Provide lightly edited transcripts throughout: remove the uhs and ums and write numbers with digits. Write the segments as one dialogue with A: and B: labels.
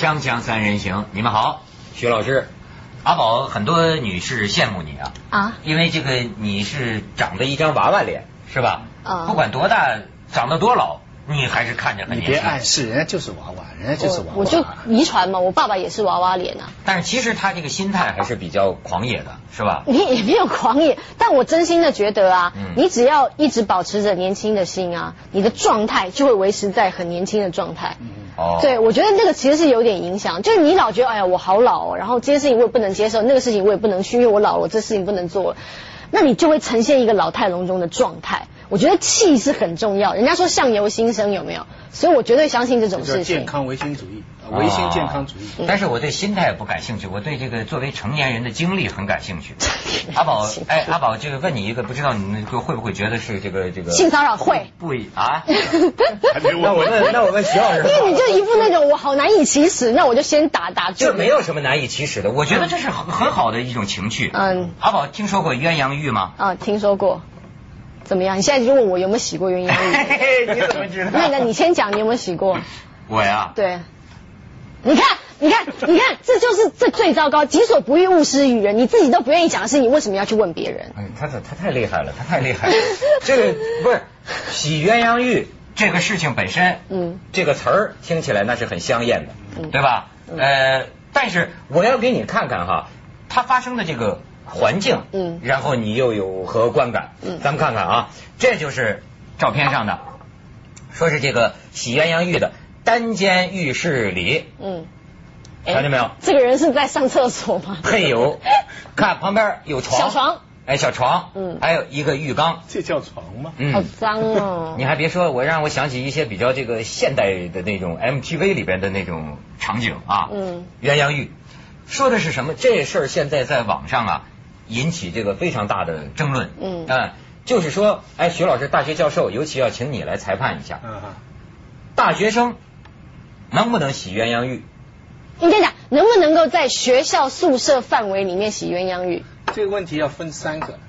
A: 锵锵三人行，你们好，徐老师，阿宝，很多女士羡慕你啊，因为这个你是长得一张娃娃脸，是吧？不管多大，长得多老，你还是看着很年轻。
B: 你别暗示，人家就是娃娃，人家就是娃娃。
C: 我就遗传嘛，我爸爸也是娃娃脸啊。
A: 但是其实他这个心态还是比较狂野的，是吧？
C: 你也没有狂野，但我真心的觉得啊，你只要一直保持着年轻的心啊，你的状态就会维持在很年轻的状态。对，我觉得那个其实是有点影响，就是你老觉得哎呀我好老哦，然后这件事情我也不能接受，那个事情我也不能去，因为我老了，我这事情不能做了，那你就会呈现一个老态龙钟的状态。我觉得气是很重要，人家说相由心生，有没有？所以我绝对相信这种事情。
B: 健康唯心主义，唯心健康主义。
A: 但是我对心态不感兴趣，我对这个作为成年人的经历很感兴趣。阿宝，哎，阿宝，这个问你一个，不知道你们会不会觉得是这个
C: 性骚扰会？
A: 不啊？那我问徐老师，
C: 因为你就一副那种我好难以启齿，那我就先打住。
A: 就没有什么难以启齿的，我觉得这是很好的一种情趣。阿宝听说过鸳鸯浴吗？
C: 听说过。怎么样？你现在就问我有没有洗过鸳鸯浴？
A: 你怎么知道？
C: 那你先讲，你有没有洗过？
A: 我呀，
C: 对，你看，这就是这最糟糕，己所不欲，勿施于人。你自己都不愿意讲的事，你为什么要去问别人？
A: 他太厉害了，他太厉害了。这个不是洗鸳鸯浴这个事情本身，这个词儿听起来那是很香艳的，对吧？但是我要给你看看哈，它发生的这个环境，然后你又有何观感？咱们看看啊，这就是照片上的，说是这个洗鸳鸯浴的单间浴室里，看见没有？
C: 这个人是在上厕所吗？
A: 配有，看旁边有床，
C: 小床，
A: 小床，还有一个浴缸，
B: 这叫床吗？
C: 好脏哦！
A: 你还别说，让我想起一些比较这个现代的那种 MTV 里边的那种场景啊，鸳鸯浴，说的是什么？这事儿现在在网上啊。引起这个非常大的争论，就是说，哎，徐老师，大学教授，尤其要请你来裁判一下，大学生能不能洗鸳鸯浴？
C: 应该讲，能不能够在学校宿舍范围里面洗鸳鸯浴？
B: 这个问题要分3个。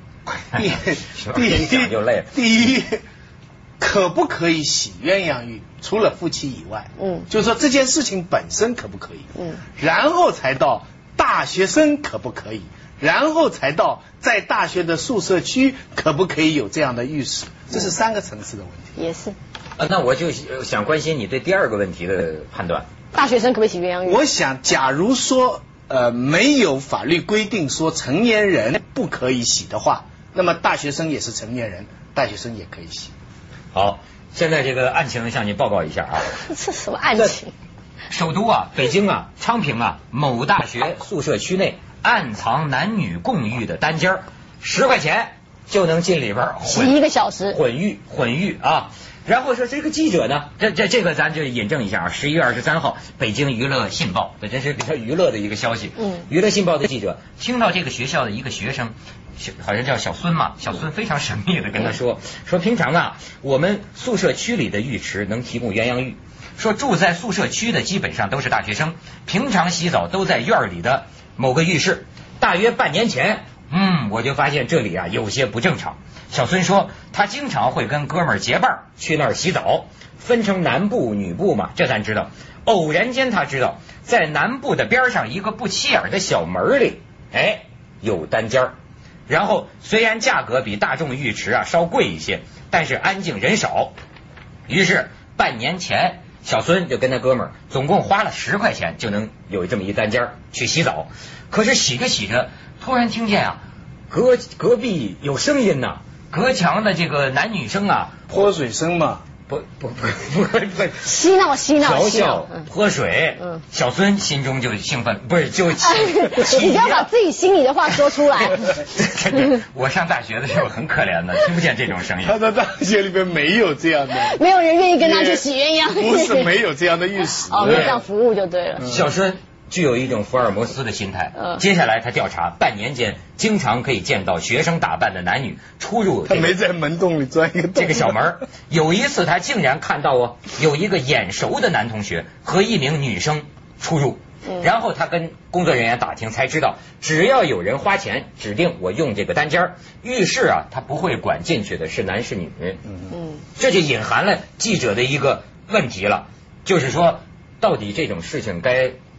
B: 第一，可不可以洗鸳鸯浴？除了夫妻以外，就是说这件事情本身可不可以？然后才到大学生可不可以？然后才到在大学的宿舍区可不可以有这样的浴室，这是3个层次的问题。
C: 也是。
A: 那我就想关心你对第2个问题的判断。
C: 大学生可不可以洗鸳鸯浴？
B: 我想，假如说没有法律规定说成年人不可以洗的话，那么大学生也是成年人，大学生也可以洗。
A: 好，现在这个案情向你报告一下啊。
C: 这什么案情？
A: 首都啊，北京啊，昌平啊，某大学宿舍区内暗藏男女共浴的单间，10块钱就能进里边
C: 洗1个小时，
A: 混浴啊。然后说这个记者呢，这个咱就引证一下啊，11月23号，北京娱乐信报，这真是比较娱乐的一个消息。娱乐信报的记者听到这个学校的一个学生，好像叫小孙嘛，小孙非常神秘的跟他说平常啊，我们宿舍区里的浴池能提供鸳鸯浴。说住在宿舍区的基本上都是大学生，平常洗澡都在院里的某个浴室。大约半年前，我就发现这里啊有些不正常。小孙说，他经常会跟哥们儿结伴去那儿洗澡，分成男部女部嘛，这咱知道。偶然间他知道，在男部的边上一个不起眼的小门里，有单间儿。然后虽然价格比大众浴池啊稍贵一些，但是安静人少。于是半年前，小孙就跟他哥们儿总共花了10块钱就能有这么一单间去洗澡。可是洗着洗着，突然听见啊，隔壁有声音呐，隔墙的这个男女生啊，
B: 泼水声嘛，
A: 不，
C: 嬉闹
A: 调笑泼水。小孙心中就兴奋，不是就
C: 你不要把自己心里的话说出来。
A: 我上大学的时候很可怜的，听不见这种声音。
B: 他在大学里边没有这样的，
C: 没有人愿意跟他去洗鸳鸯浴，
B: 不是没有这样的浴室，
C: 没有这样服务就对了。
A: 小孙具有一种福尔摩斯的心态。接下来他调查，半年间经常可以见到学生打扮的男女出入
B: 他没在门洞里钻一个洞
A: 这个小门。有一次他竟然看到有一个眼熟的男同学和一名女生出入。然后他跟工作人员打听才知道，只要有人花钱指定我用这个单间浴室啊，他不会管进去的是男是女。这就隐含了记者的一个问题了，就是说到底这种事情该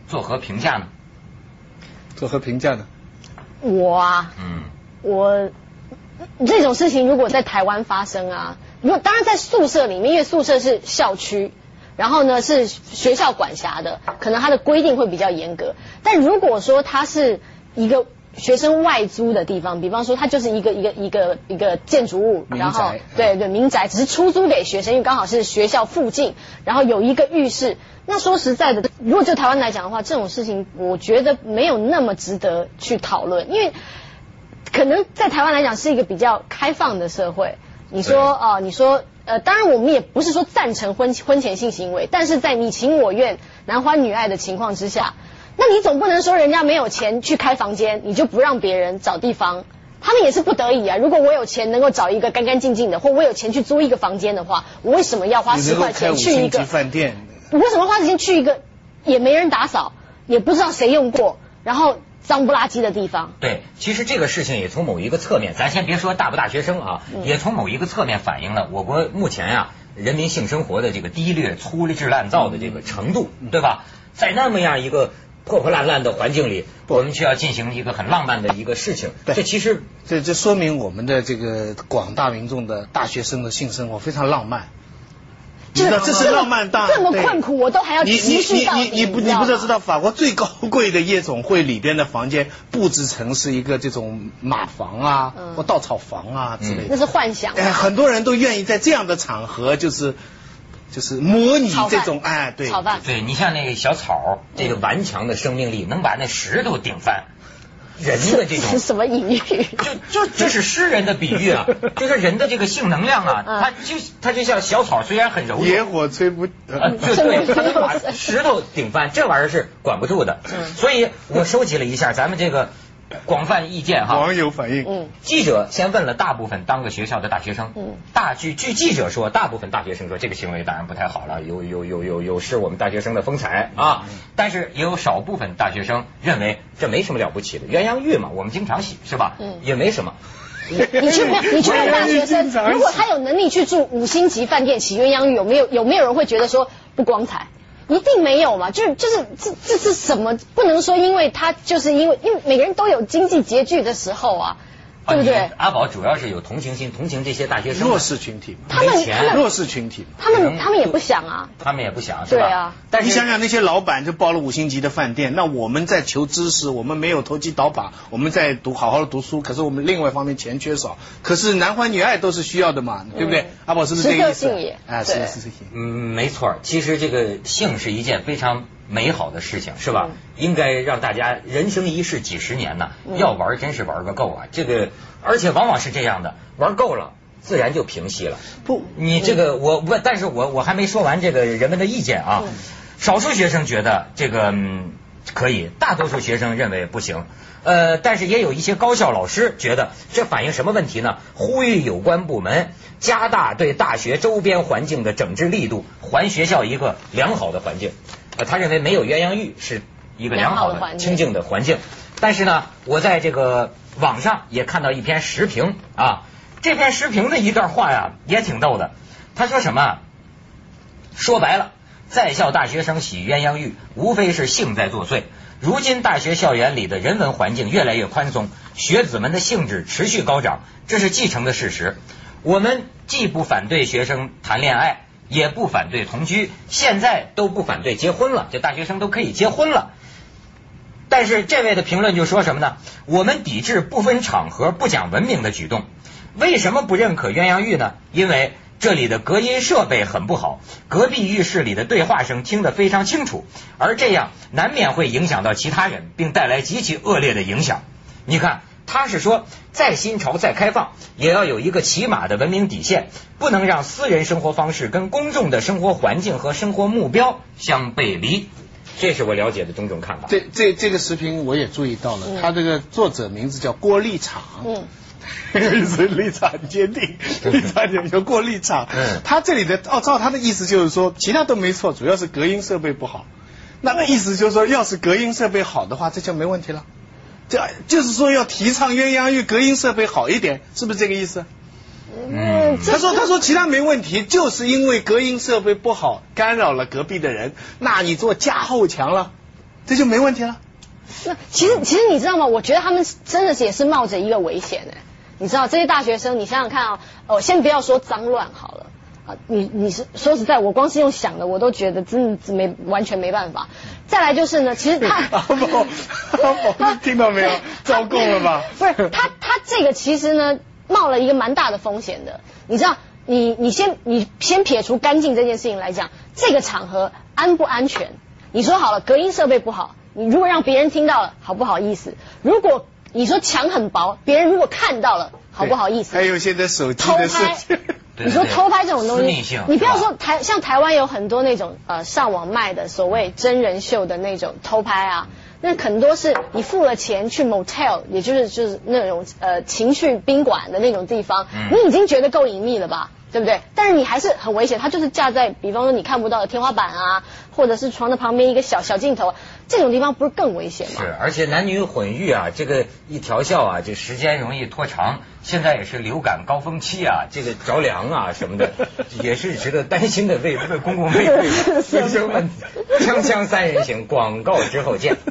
A: 作何评价呢？
B: 作何评价呢？
C: 我这种事情如果在台湾发生啊，如果当然在宿舍里面，因为宿舍是校区，然后呢是学校管辖的，可能它的规定会比较严格。但如果说它是一个学生外租的地方，比方说它就是一个建筑物，然后对民宅，只是出租给学生，因为刚好是学校附近，然后有一个浴室。那说实在的，如果就台湾来讲的话，这种事情我觉得没有那么值得去讨论，因为可能在台湾来讲是一个比较开放的社会。你说当然我们也不是说赞成婚前性行为，但是在你情我愿、男欢女爱的情况之下，那你总不能说人家没有钱去开房间，你就不让别人找地方。他们也是不得已啊。如果我有钱能够找一个干干净净的，或我有钱去租一个房间的话，我为什么要花10块钱去一个
B: 饭店？
C: 我为什么花钱去一个也没人打扫，也不知道谁用过，然后脏不拉几的地方？
A: 对，其实这个事情也从某一个侧面，咱先别说大不大学生啊，也从某一个侧面反映了我国目前啊人民性生活的这个低劣、粗制滥造的这个程度，对吧？在那么样一个破破烂烂的环境里，我们却要进行一个很浪漫的一个事情，这其实
B: 这说明我们的这个广大民众的大学生的性生活非常浪漫。这是浪漫大，
C: 这么困苦我都还要持续到底。
B: 你不知道法国最高贵的夜总会里边的房间布置成是一个这种马房啊，或稻草房啊之类的，
C: 那是幻想。
B: 很多人都愿意在这样的场合就是模拟这种对
C: 炒饭。
A: 对，你像那个小草，这个顽强的生命力能把那石头顶翻。人的这种
C: 是什么隐喻？
A: 这是诗人的比喻啊，就是人的这个性能量啊，它就像小草，虽然很柔弱，
B: 野火吹不
A: 对，它能把石头顶翻，这玩意儿是管不住的。所以我收集了一下咱们这个广泛意见哈，
B: 网友反映，
A: 记者先问了大部分当个学校的大学生，据记者说，大部分大学生说这个行为当然不太好了，有失我们大学生的风采啊，但是也有少部分大学生认为这没什么了不起的，鸳鸯浴嘛，我们经常洗是吧？也没什么。
C: 你去问大学生，如果他有能力去住5星级饭店洗鸳鸯浴，有没有人会觉得说不光彩？一定没有嘛，这是什么？不能说因为他就是因为每个人都有经济拮据的时候啊，对不对？
A: 阿宝主要是有同情心，同情这些大学生
B: 弱势群体，
C: 他们
B: 弱势群体，
C: 他们也不想啊，
A: 他们也不想，是吧？
C: 对啊。
B: 但你想想那些老板就包了5星级的饭店，那我们在求知识，我们没有投机倒把，我们在好好的读书，可是我们另外一方面钱缺少，可是男欢女爱都是需要的嘛，对不对？阿宝是不是这个意思？是。
A: 没错，其实这个性是一件非常美好的事情，是吧？应该让大家人生一世几十年呢，要玩真是玩个够啊！这个而且往往是这样的，玩够了自然就平息了。
B: 不，
A: 你这个但是我还没说完这个人们的意见啊。少数学生觉得这个可以，大多数学生认为不行。但是也有一些高校老师觉得这反映什么问题呢？呼吁有关部门加大对大学周边环境的整治力度，还学校一个良好的环境。他认为没有鸳鸯浴是一个良好的清净的环境。但是呢，我在这个网上也看到一篇时评啊，这篇时评的一段话呀也挺逗的。他说什么？说白了，在校大学生洗鸳鸯浴无非是性在作祟。如今大学校园里的人文环境越来越宽松，学子们的兴致持续高涨，这是既成的事实。我们既不反对学生谈恋爱，也不反对同居，现在都不反对结婚了，这大学生都可以结婚了。但是这位的评论就说什么呢？我们抵制不分场合不讲文明的举动。为什么不认可鸳鸯浴呢？因为这里的隔音设备很不好，隔壁浴室里的对话声听得非常清楚，而这样难免会影响到其他人，并带来极其恶劣的影响。你看，他是说再新潮再开放也要有一个起码的文明底线，不能让私人生活方式跟公众的生活环境和生活目标相背离。这是我了解的种种看法。
B: 这个视频我也注意到了，他这个作者名字叫郭立场，立场很坚定，立场有过立场。他这里的照他的意思就是说，其他都没错，主要是隔音设备不好。那意思就是说，要是隔音设备好的话，这就没问题了。这就是说要提倡鸳鸯浴，隔音设备好一点，是不是这个意思？他说其他没问题，就是因为隔音设备不好，干扰了隔壁的人。那你做加厚墙了， 这就没问题了。
C: 那其实你知道吗？我觉得他们真的是也是冒着一个危险的。你知道这些大学生，你想想看啊，先不要说脏乱好了啊，你是说实在，我光是用想的，我都觉得真的完全没办法。再来就是呢，其实他
B: 听到没有？糟够了吧？
C: 不是他这个其实呢冒了一个蛮大的风险的。你知道，你先撇除干净这件事情来讲，这个场合安不安全？你说好了，隔音设备不好，你如果让别人听到了，好不好意思？如果你说墙很薄，别人如果看到了，好不好意思？
B: 还有现在手机的事情，
C: 你说偷拍这种东西，你不要说像台湾有很多那种上网卖的所谓真人秀的那种偷拍啊，那很多是你付了钱去 motel， 也就是那种情趣宾馆的那种地方，你已经觉得够隐秘了吧？对不对？但是你还是很危险，它就是架在比方说你看不到的天花板啊，或者是床的旁边一个小镜头，这种地方不是更危险吗？
A: 是，而且男女混浴啊，这个一调校啊，这时间容易拖长。现在也是流感高峰期啊，这个着凉啊什么的，也是值得担心的为公共卫生问题。锵锵三人行，广告之后见。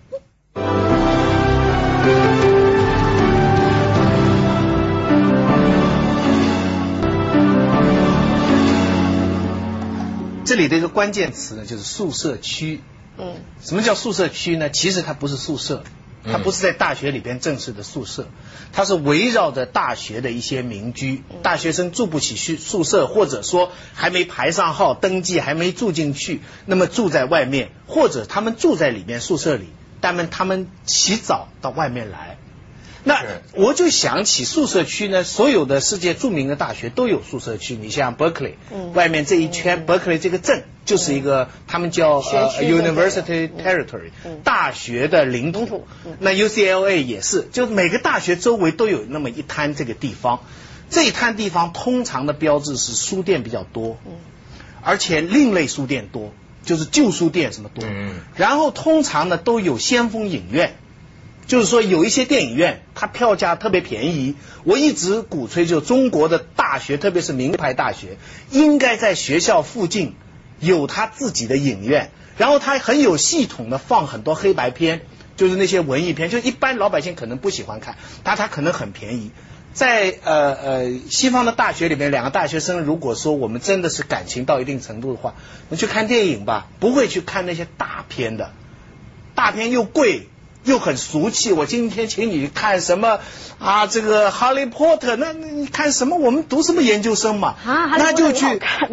B: 这里的一个关键词呢，就是宿舍区。什么叫宿舍区呢？其实它不是宿舍，它不是在大学里边正式的宿舍，它是围绕着大学的一些民居，大学生住不起宿舍，或者说还没排上号登记，还没住进去，那么住在外面，或者他们住在里面宿舍里，但他们起早到外面来。那我就想起宿舍区呢，所有的世界著名的大学都有宿舍区。你像 Berkeley，外面这一圈 Berkeley 这个镇就是一个他们叫University Territory，大学的领土。那 UCLA 也是，就每个大学周围都有那么一滩这个地方。这一滩地方通常的标志是书店比较多，而且另类书店多，就是旧书店什么多。然后通常呢都有先锋影院。就是说有一些电影院它票价特别便宜，我一直鼓吹就中国的大学，特别是名牌大学，应该在学校附近有它自己的影院，然后它很有系统的放很多黑白片，就是那些文艺片，就一般老百姓可能不喜欢看，但它可能很便宜。在西方的大学里面，两个大学生如果说我们真的是感情到一定程度的话，我们去看电影吧，不会去看那些大片的，大片又贵又很俗气。我今天请你看什么啊？这个哈利波特，那你看什么？我们读什么研究生嘛？那就去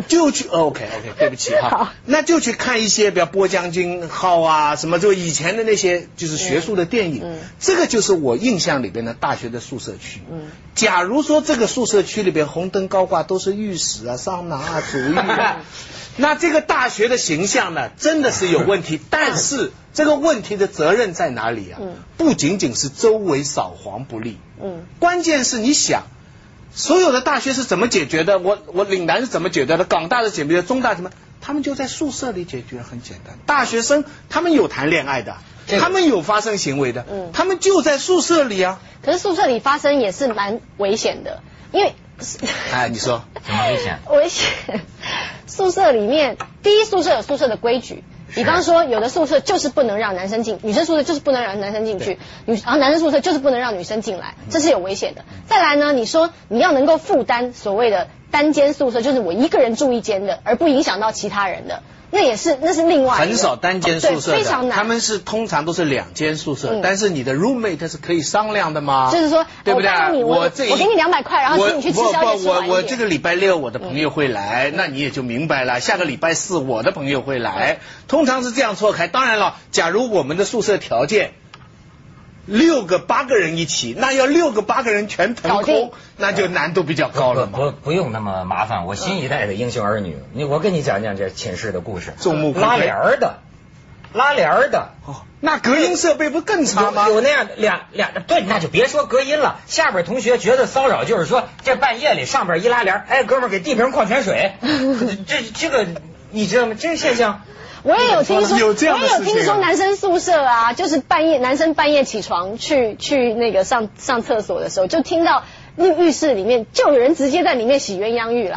B: OK， 对不起哈，那就去看一些比如波将军号啊，什么就以前的那些就是学术的电影。这个就是我印象里边的大学的宿舍区。假如说这个宿舍区里边红灯高挂都是浴室啊、桑拿啊、足浴啊，那这个大学的形象呢，真的是有问题。但是这个问题的责任在哪里啊？不仅仅是周围扫黄不力，关键是你想，所有的大学是怎么解决的？我岭南是怎么解决的？港大是解决的，中大什么？他们就在宿舍里解决，很简单。大学生他们有谈恋爱的，他们有发生行为的，他们就在宿舍里啊。
C: 可是宿舍里发生也是蛮危险的，因为
B: 你说
A: 什么危险？
C: 危险，宿舍里面，第一，宿舍有宿舍的规矩。比方说，有的宿舍就是不能让男生进，女生宿舍就是不能让男生进去，然后男生宿舍就是不能让女生进来，这是有危险的。再来呢，你说你要能够负担所谓的单间宿舍，就是我一个人住一间的，而不影响到其他人的，那是另外
B: 很少单间宿舍的，
C: 非常难。
B: 他们是通常都是2间宿舍，但是你的 roommate 是可以商量的吗？
C: 就是说，
B: 对不对？
C: 我给你200块，然后请你去吃宵夜，
B: 我这个礼拜6我的朋友会来，那你也就明白了。下个礼拜4我的朋友会来，通常是这样错开。当然了，假如我们的宿舍条件6个8个人一起，那要6个8个人全腾空，那就难度比较高了嘛。
A: 不用那么麻烦。我新一代的英雄儿女，我跟你讲讲这寝室的故事。
B: 众目
A: 拉帘儿的，
B: 那隔音设备不更差吗？
A: 有那样两对，那就别说隔音了。下边同学觉得骚扰，就是说这半夜里上边一拉帘，哎，哥们儿给递瓶矿泉水，这个你知道吗？这个现象。
C: 我也有听说，
B: 有这样的事情。
C: 我也有听说男生宿舍啊，就是男生半夜起床去那个上厕所的时候，就听到浴室里面就有人直接在里面洗鸳鸯浴啦。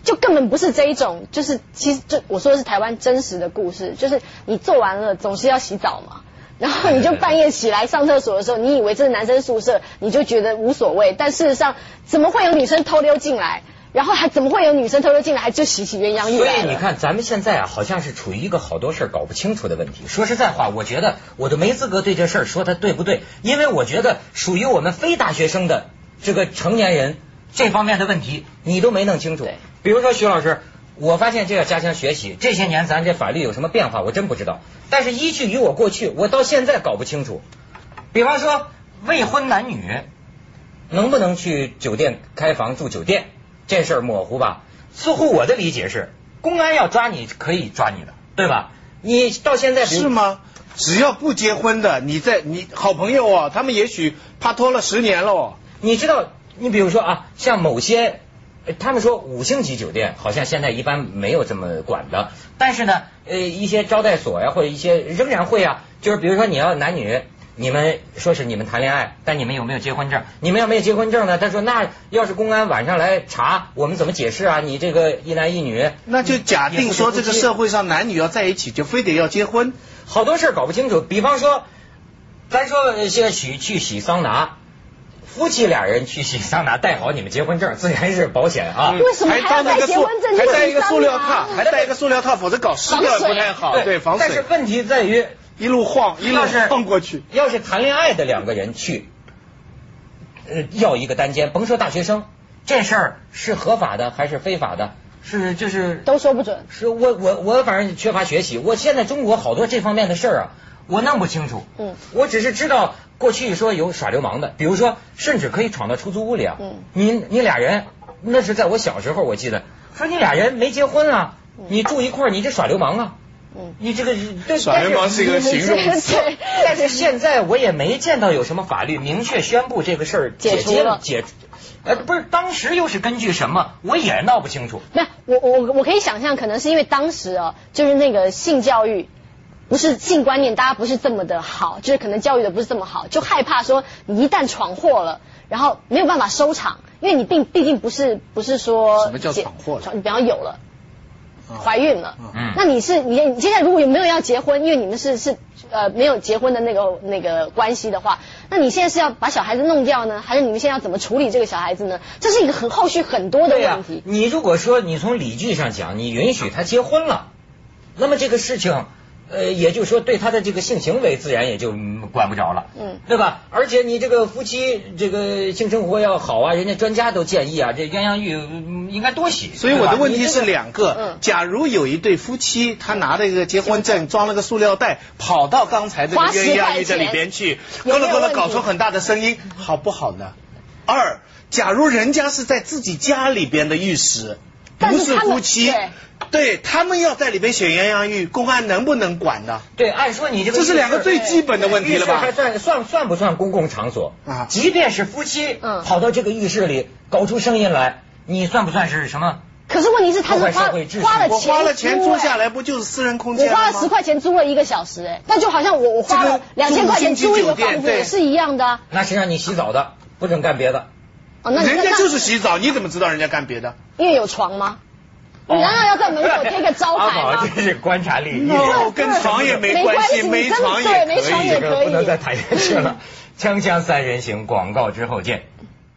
C: 就根本不是这一种，就是其实就我说的是台湾真实的故事，就是你做完了总是要洗澡嘛。然后你就半夜起来上厕所的时候，你以为这是男生宿舍，你就觉得无所谓，但事实上怎么会有女生偷溜进来？然后还怎么会有女生偷溜进来，还就洗鸳鸯浴？
A: 所以你看，咱们现在啊，好像是处于一个好多事儿搞不清楚的问题。说实在话，我觉得我都没资格对这事儿说它对不对，因为我觉得属于我们非大学生的这个成年人这方面的问题，你都没弄清楚。比如说徐老师。我发现这要加强学习，这些年咱这法律有什么变化我真不知道，但是依据于我过去，我到现在搞不清楚。比方说未婚男女能不能去酒店开房住酒店，这事儿模糊吧？似乎我的理解是，公安要抓你可以抓你的，对吧？你到现在
B: 是吗？只要不结婚的，你好朋友啊，他们也许拍拖了10年了哦。
A: 你知道，你比如说啊，像某些。他们说5星级酒店好像现在一般没有这么管的，但是呢，一些招待所呀或者一些仍然会啊，就是比如说你要男女，你们说是你们谈恋爱，但你们有没有结婚证？你们要没有结婚证呢？他说那要是公安晚上来查，我们怎么解释啊？你这个一男一女，
B: 那就假定说这个社会上男女要在一起，就非得要结婚，
A: 好多事搞不清楚。比方说，咱说现在去洗桑拿。夫妻俩人去洗桑拿，带好你们结婚证，自然是保险啊。
C: 为什么还要带结婚证？
B: 还带一个塑料套，否则搞湿掉不太好。对，防水。
A: 但是问题在于
B: 一路晃过去。
A: 要是谈恋爱的2个人去，要一个单间，甭说大学生，这事儿是合法的还是非法的？是就是
C: 都说不准。
A: 是我反正缺乏学习，我现在中国好多这方面的事儿啊。我弄不清楚，我只是知道过去说有耍流氓的，比如说甚至可以闯到出租屋里啊，你俩人，那是在我小时候我记得，说你俩人没结婚啊，你住一块儿，你这耍流氓啊，你这个对
B: 耍流氓是一个形容词，
A: 但是现在我也没见到有什么法律明确宣布这个事儿
C: 解除了，
A: 不是当时又是根据什么，我也闹不清楚。
C: 没有，我可以想象，可能是因为当时啊，就是那个性教育。不是性观念，大家不是这么的好，就是可能教育的不是这么好，就害怕说你一旦闯祸了，然后没有办法收场，因为你毕竟不是说
B: 什么叫闯祸了？
C: 你比方有了，怀孕了，那你现在如果有没有要结婚，因为你们是没有结婚的那个关系的话，那你现在是要把小孩子弄掉呢，还是你们现在要怎么处理这个小孩子呢？这是一个后续很多的问题。
A: 你如果说你从理据上讲，你允许他结婚了，那么这个事情。也就是说，对他的这个性行为自然也就管不着了，对吧？而且你这个夫妻这个性生活要好啊，人家专家都建议啊，这鸳鸯浴应该多洗。
B: 所以我的问题是2个，假如有一对夫妻，他拿了一个结婚证，装了个塑料袋，跑到刚才这个鸳鸯浴这里边去，咯咯咯咯搞出很大的声音，好不好呢？2，假如人家是在自己家里边的浴室，不是夫妻。对他们要在里边选鸳鸯浴，公安能不能管呢？
A: 对，按说你这
B: 是2个最基本的问题了吧？
A: 还算不算公共场所啊？即便是夫妻跑到这个浴室里搞出声音来，你算不算是什么？
C: 可是问题是他是
B: 花了钱租下来，不就是私人空间吗？
C: 我花了10块钱租了1个小时，那就好像我花了2000块钱租一个房子是一样的。
A: 那是让你洗澡的，不准干别的。
B: 人家就是洗澡，你怎么知道人家干别的？
C: 因为有床吗？你难道要在门口贴个招牌吗？
A: 阿宝，这是观察力，
B: 跟床也没关系，没床也可以，
A: 不能再谈下去了。锵锵3人行，广告之后见。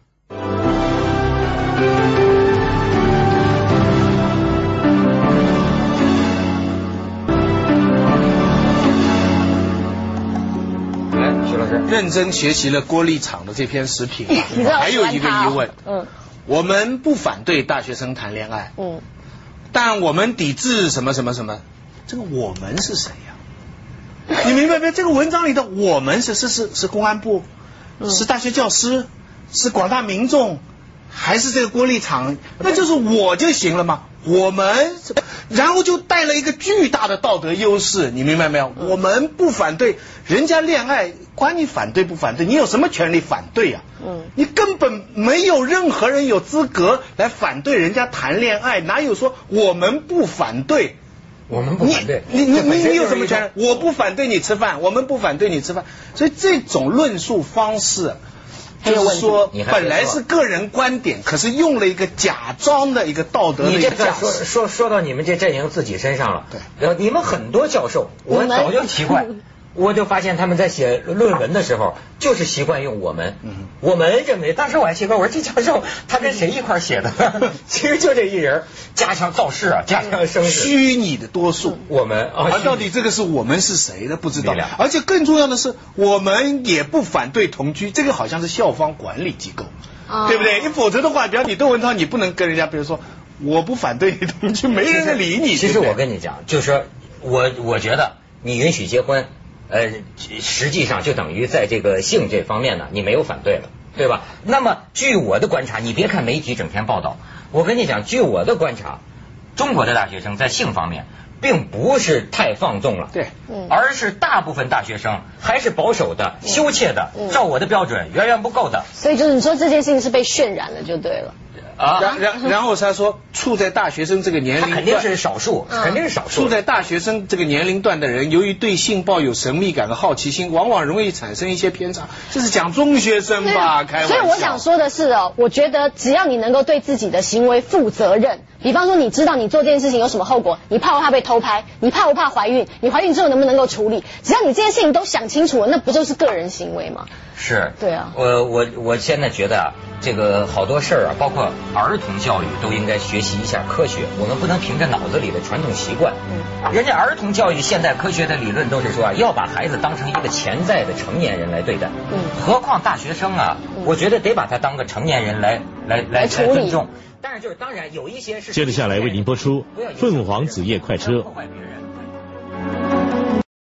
A: 来，徐老师，
B: 认真学习了郭立场的这篇时评，还有一个疑问，我们不反对大学生谈恋爱，但我们抵制什么什么什么，这个我们是谁呀？你明白没？这个文章里的我们是公安部，是大学教师，是广大民众，还是这个郭立场？那就是我就行了嘛。我们，然后就带了一个巨大的道德优势，你明白没有？我们不反对人家恋爱，管你反对不反对，你有什么权利反对呀？你根本没有任何人有资格来反对人家谈恋爱，哪有说我们不反对？
A: 我们不反对，
B: 你有什么权利？我不反对你吃饭，我们不反对你吃饭，所以这种论述方式就是说本来是个人观点，可是用了一个假装的一个道德的一个价值。
A: 说到你们这阵营自己身上了，对，你们很多教授，我早就奇怪。我就发现他们在写论文的时候，就是习惯用我们。我们认为，当时我还奇怪，我说这教授他跟谁一块写的？其实就这一人，加强造势啊，加强声势，
B: 虚拟的多数。
A: 我们
B: 而到底这个是我们是谁呢？不知道。而且更重要的是，我们也不反对同居，这个好像是校方管理机构，对不对？你否则的话，比方你窦文涛，你不能跟人家，比如说我不反对你同居，没人理你。
A: 其实我跟你讲，就是说我觉得你允许结婚。实际上就等于在这个性这方面呢，你没有反对了，对吧？那么据我的观察，你别看媒体整天报道，我跟你讲，据我的观察，中国的大学生在性方面并不是太放纵了，
B: 对，
A: 而是大部分大学生还是保守的、羞怯的，照我的标准远远不够的。
C: 所以就是你说这件事情是被渲染了，就对了。
B: 然后他说，处在大学生这个年龄段，
A: 肯定是少数，肯定是少数。
B: 处在大学生这个年龄段的人，由于对性抱有神秘感和好奇心，往往容易产生一些偏差。这是讲中学生吧？开玩笑。
C: 所以我想说的是我觉得只要你能够对自己的行为负责任，比方说你知道你做这件事情有什么后果，你怕不怕被偷拍，你怕不怕怀孕，你怀孕之后能不能够处理，只要你这件事情都想清楚了，那不就是个人行为吗？
A: 是，
C: 对啊。
A: 我现在觉得这个好多事儿包括儿童教育都应该学习一下科学，我们不能凭着脑子里的传统习惯。人家儿童教育现代科学的理论都是说要把孩子当成一个潜在的成年人来对待。何况大学生我觉得得把他当个成年人来尊重。但是就是当然有一些是。
D: 接着下来为您播出《凤凰子夜快车》。
A: 破坏别人。